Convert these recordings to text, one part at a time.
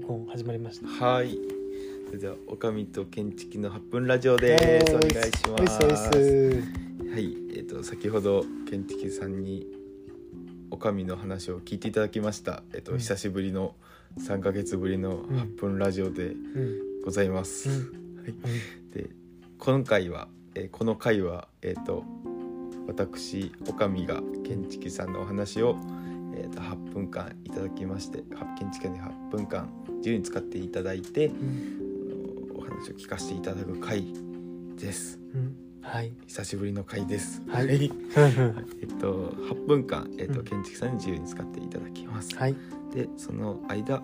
本始まりました。 はい。それではおかみと建築の8分ラジオです。お願いします。はい。先ほど建築さんにおかみの話を聞いていただきました。久しぶりの3ヶ月ぶりの8分ラジオでございます。はい。で、この回は、私おかみが建築さんのお話を8分間いただきまして、建築に8分間自由に使っていただいて、お話を聞かせていただく回です、 はい、 久しぶりの回です。 はい 8分間、建築さんに自由に使っていただきます。 はい、 でその間、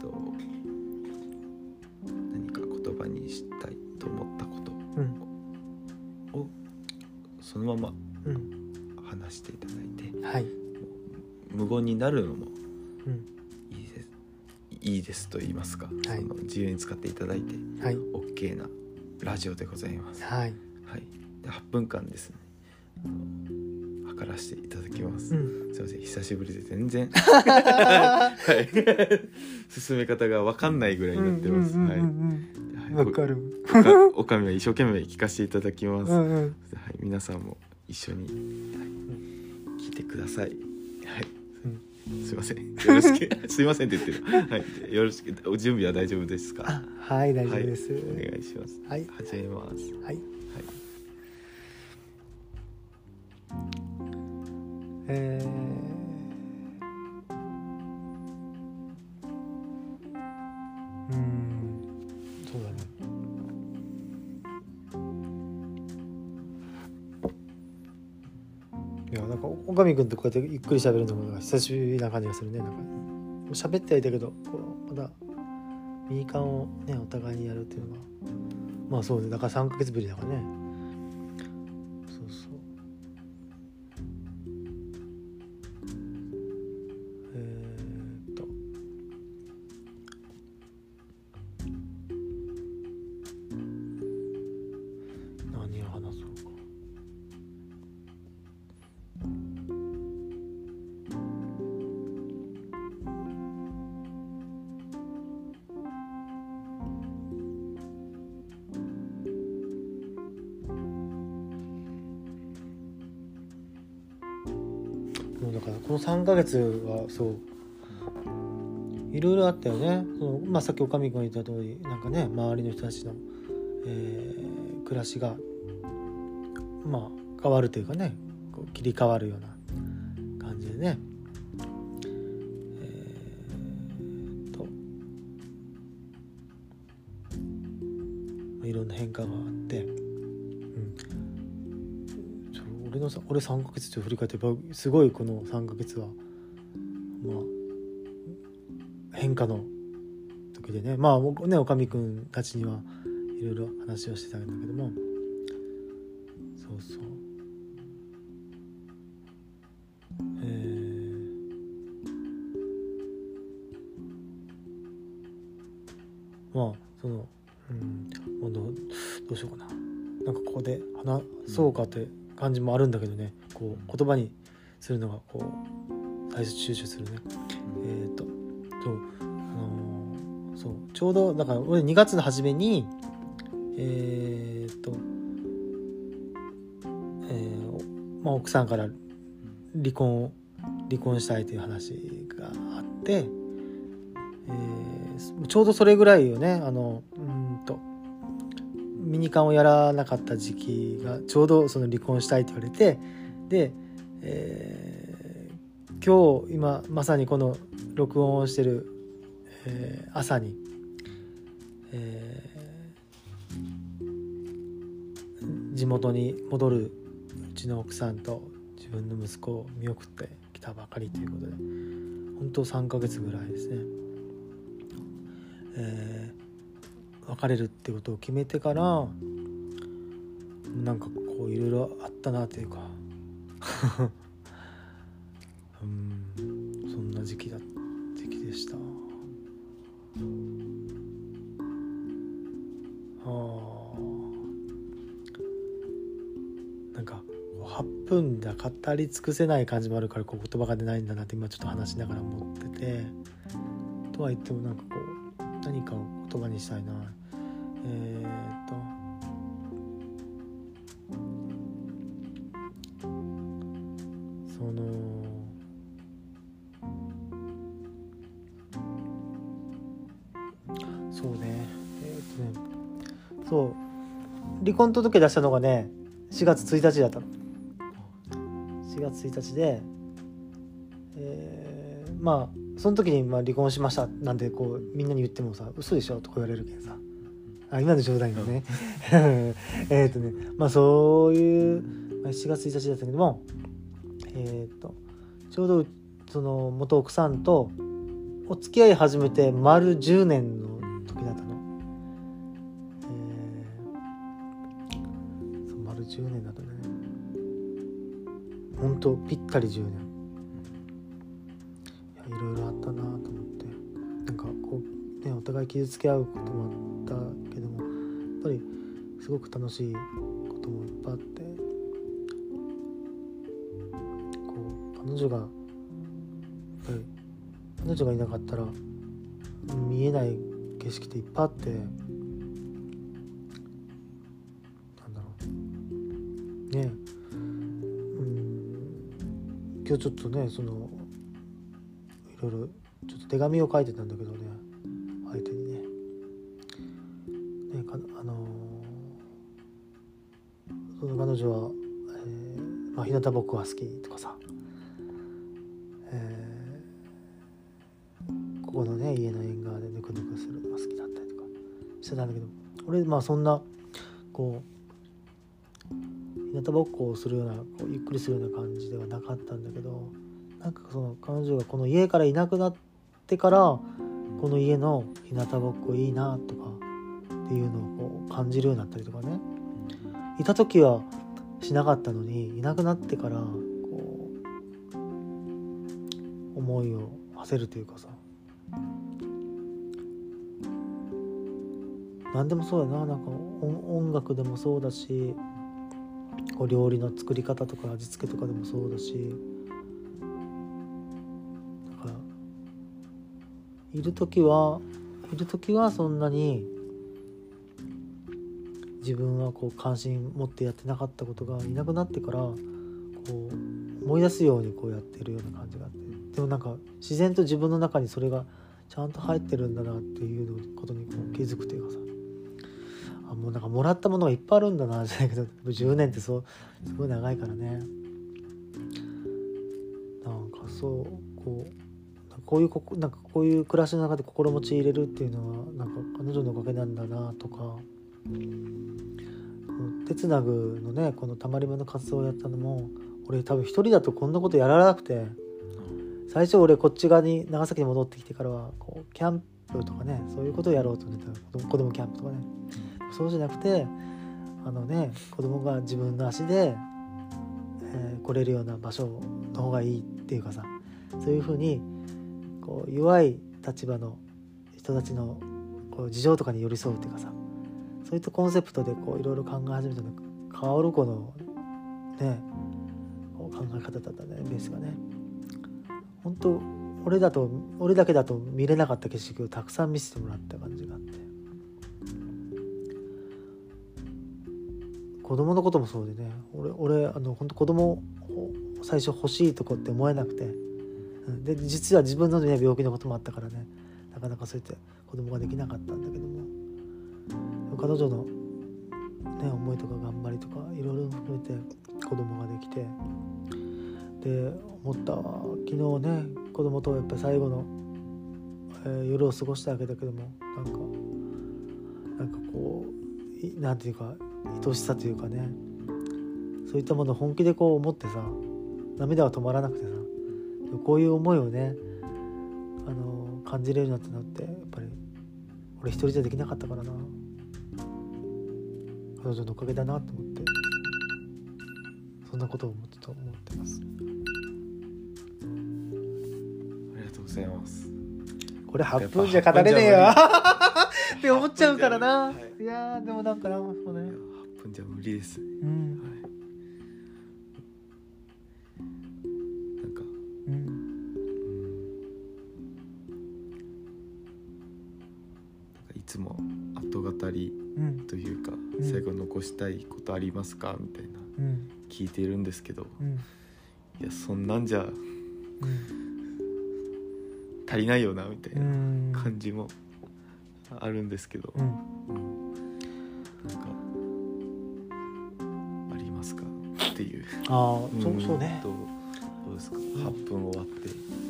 何か言葉にしたいと思ったことを、そのまま話していただいて、 はい、 無言になるのもいいですと言いますか、 はい、 その自由に使っていただいて、 はい、 OK なラジオでございます。 はい、 はい、で8分間ですね、測らせていただきます。すいません、久しぶりで全然はい、進め方が分かんないぐらいになってます。はい、 わかる。 おかみは一生懸命聞かせていただきます。はい、皆さんも一緒に、聞いてください。はい、すいません、よろしくすいませんって言ってる。はい、よろしく。お準備は大丈夫ですか？ はい、大丈夫です。 はい、お願いします。 はい、 始めます。 はい、そうだね。いや、なんかおかみくんとこうやってゆっくり喋るのも久しぶりな感じがするね。なんか喋ってはいたけど、こうまだミニカンをねお互いにやるっていうのが、まあそうね、だから3ヶ月ぶりだからね。そうそう。何を話そうか。もうだからこの3ヶ月はそういろいろあったよね。さっきおかみくんが言った通り、なんかね、周りの人たちの、暮らしが変わるというかね、こう切り替わるような感じでね、いろんな変化があって、俺3ヶ月で振り返ってすごいこの3ヶ月は変化の時でね、おかみくんたちにはいろいろ話をしてたんだけども、そうそう、もうどうしようかな。なんかここで話そうかって感じもあるんだけどね、こう言葉にするのがこう最初躊躇するね。そうちょうどだから俺2月の初めに奥さんから離婚したいという話があって、ちょうどそれぐらいよね。ミニカンをやらなかった時期がちょうどその離婚したいって言われて、で、今まさにこの録音をしてる、朝に、地元に戻るうちの奥さんと自分の息子を見送ってきたばかりということで、本当3ヶ月ぐらいですね。別れるってことを決めてからなんかこういろいろあったなというかそんな時期でした。なんか8分で語り尽くせない感じもあるからこう言葉が出ないんだなって今ちょっと話しながら思ってて、とは言ってもなんかこう何かを言葉にしたいな。そのそうねそう離婚届出したのがね4月1日だったの。4月1日で、まあその時に離婚しましたなんてこうみんなに言ってもさ嘘でしょとか言われるけんさ、今の冗談よねまあそういう7月1日だったけども、ちょうどその元奥さんとお付き合い始めて丸10年の時だったの。そう丸10年だったね。ほんとぴったり10年。いろいろあったなと思って、なんかこうねお互い傷つけ合うこともあったけども、やっぱりすごく楽しいこともいっぱいあって、こう彼女がやっぱり彼女がいなかったら見えない景色っていっぱいあって、なんだろうね、今日ちょっとねそのいろいろちょっと手紙を書いてたんだけどね、相手にね、その彼女は、日向ぼっこが好きとかさ、ここのね家の縁側でぬくぬくするのが好きだったりとかしてたんだけど、俺そんなこう日向ぼっこをするようなこうゆっくりするような感じではなかったんだけど、なんかその彼女がこの家からいなくなってからこの家の日向ぼっこいいなとかっていうのをこう感じるようになったりとかね、いた時はしなかったのにいなくなってからこう思いを馳せるというかさ、何でもそうやな、なんか音楽でもそうだし、こう料理の作り方とか味付けとかでもそうだし、だからいる時はそんなに自分はこう関心持ってやってなかったことがいなくなってからこう思い出すようにこうやってるような感じがあって、でもなんか自然と自分の中にそれがちゃんと入ってるんだなっていうことにこう気づくというかさ、もうなんかもらったものがいっぱいあるんだなじゃないけど、10年ってそうすごい長いからね、なんかそうこういう暮らしの中で心持ち入れるっていうのはなんか彼女のおかげなんだなとか、手つなぐのねこのたまり場の活動をやったのも、俺多分一人だとこんなことやらなくて、最初俺こっち側に長崎に戻ってきてからはこうキャンプとかねそういうことをやろうと思ってた、子供キャンプとかね、そうじゃなくて子供が自分の足で、来れるような場所の方がいいっていうかさ、そういうふうにこう弱い立場の人たちのこう事情とかに寄り添うっていうかさ、そういったコンセプトでこういろいろ考え始めたのがカオルコのねこう考え方だったね、ベースがね。本当俺だけだと見れなかった景色をたくさん見せてもらった感じがあって、子供のこともそうでね、俺本当子供最初欲しいとこって思えなくて、で実は自分の、ね、病気のこともあったからね、なかなかそうやって子供ができなかったんだけども、彼女の、ね、思いとか頑張りとかいろいろ含めて子供ができて、で思った昨日ね子供とやっぱり最後の、夜を過ごしたわけだけども、なんかこうなんていうか愛しさというかね、そういったものを本気でこう思ってさ、涙は止まらなくてさ、こういう思いをね感じれるようになったのってやっぱり俺一人じゃできなかったからな、彼女のおかげだなと思って、そんなことを思ってます。 ありがとうございます。 これ8分じゃ語れねえよって思っちゃうからな、いやでもなんかな、そうね、 8分じゃ無理です、はい、なんか最後残したいことありますかみたいな聞いているんですけど、いやそんなんじゃ足りないよなみたいな感じもあるんですけど、なんかありますかっていう。 そうね。 どうですか、8分終わって。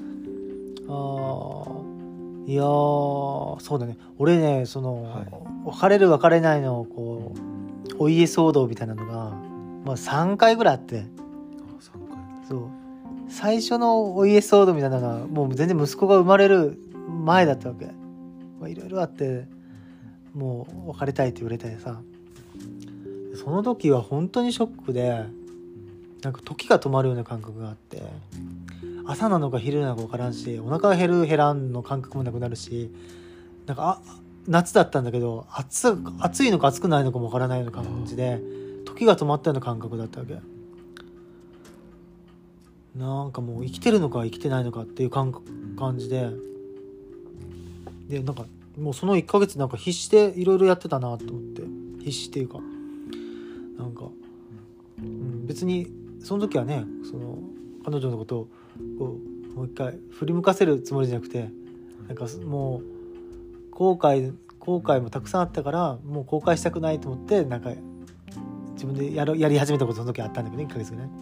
いやそうだね。俺ねその、別れる別れないのこうお家騒動みたいなのが、3回ぐらいあって。 3回。 そう最初のお家騒動みたいなのがもう全然息子が生まれる前だったわけ。いろいろあってもう別れたいって言われてさ、その時は本当にショックで、なんか時が止まるような感覚があって、朝なのか昼なのか分からんし、お腹が減る減らんの感覚もなくなるし、なんか夏だったんだけど暑いのか暑くないのかも分からないような感じで、時が止まったような感覚だったわけ。なんかもう生きてるのか生きてないのかっていう感じで、なんかもうその1ヶ月なんか必死でいろいろやってたなと思って、必死っていうかなんか、別にその時はねその彼女のことをこうもう一回振り向かせるつもりじゃなくて、なんかもう後悔もたくさんあったからもう後悔したくないと思って、なんか自分でやり始めたことその時あったんだけどね、1ヶ月ぐらい、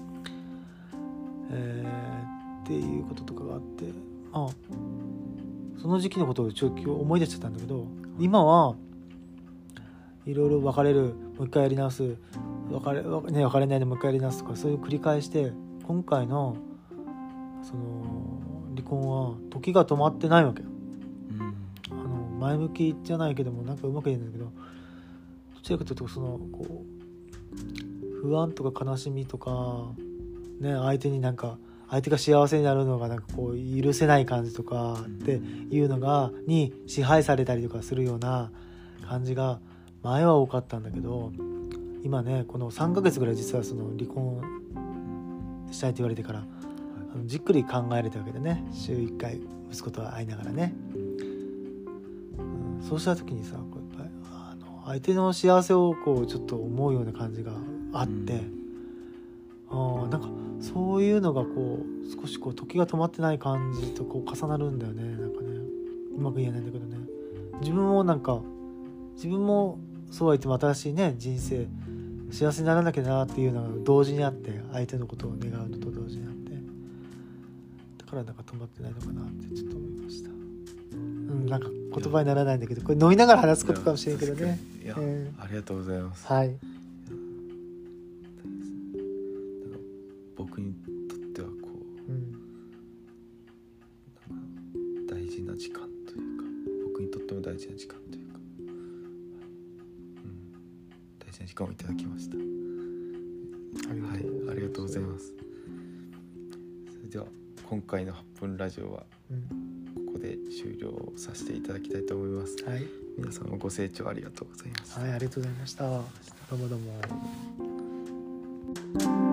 っていうこととかがあって、その時期のことをちょっと思い出しちゃったんだけど、今はいろいろ別れる、もう一回やり直す、別れないでもう一回やり直すとか、そういう繰り返して、今回のその離婚は時が止まってないわけよ。前向きじゃないけどもなんかうまく言えないんだけど、どちらかというとそのこう不安とか悲しみとかね、相手が幸せになるのがなんかこう許せない感じとかっていうのがに支配されたりとかするような感じが前は多かったんだけど、今ねこの3ヶ月ぐらい実はその離婚したいって言われてからじっくり考えれたわけでね、週1回息子と会いながらね、そうした時にさ、こうやっぱり相手の幸せをこうちょっと思うような感じがあって、なんかそういうのがこう少しこう時が止まってない感じとこう重なるんだよね。なんかねうまく言えないんだけどね、自分もそうは言っても新しいね人生幸せにならなきゃなっていうのが同時にあって、相手のことを願うのと同時にあって、だからなんか止まってないのかなってちょっと思いました。なんか言葉にならないんだけど、これ飲みながら話すことかもしれんけどね。 ありがとうございます。 はい。 僕にとってはこう、大事な時間というか、僕にとっても大事な時間というか、大事な時間をいただきました。ありがとうございます。それでは今回の8分ラジオはここで終了させていただきたいと思います。皆さんもご清聴ありがとうございます。 ありがとうございました。どうもどうも。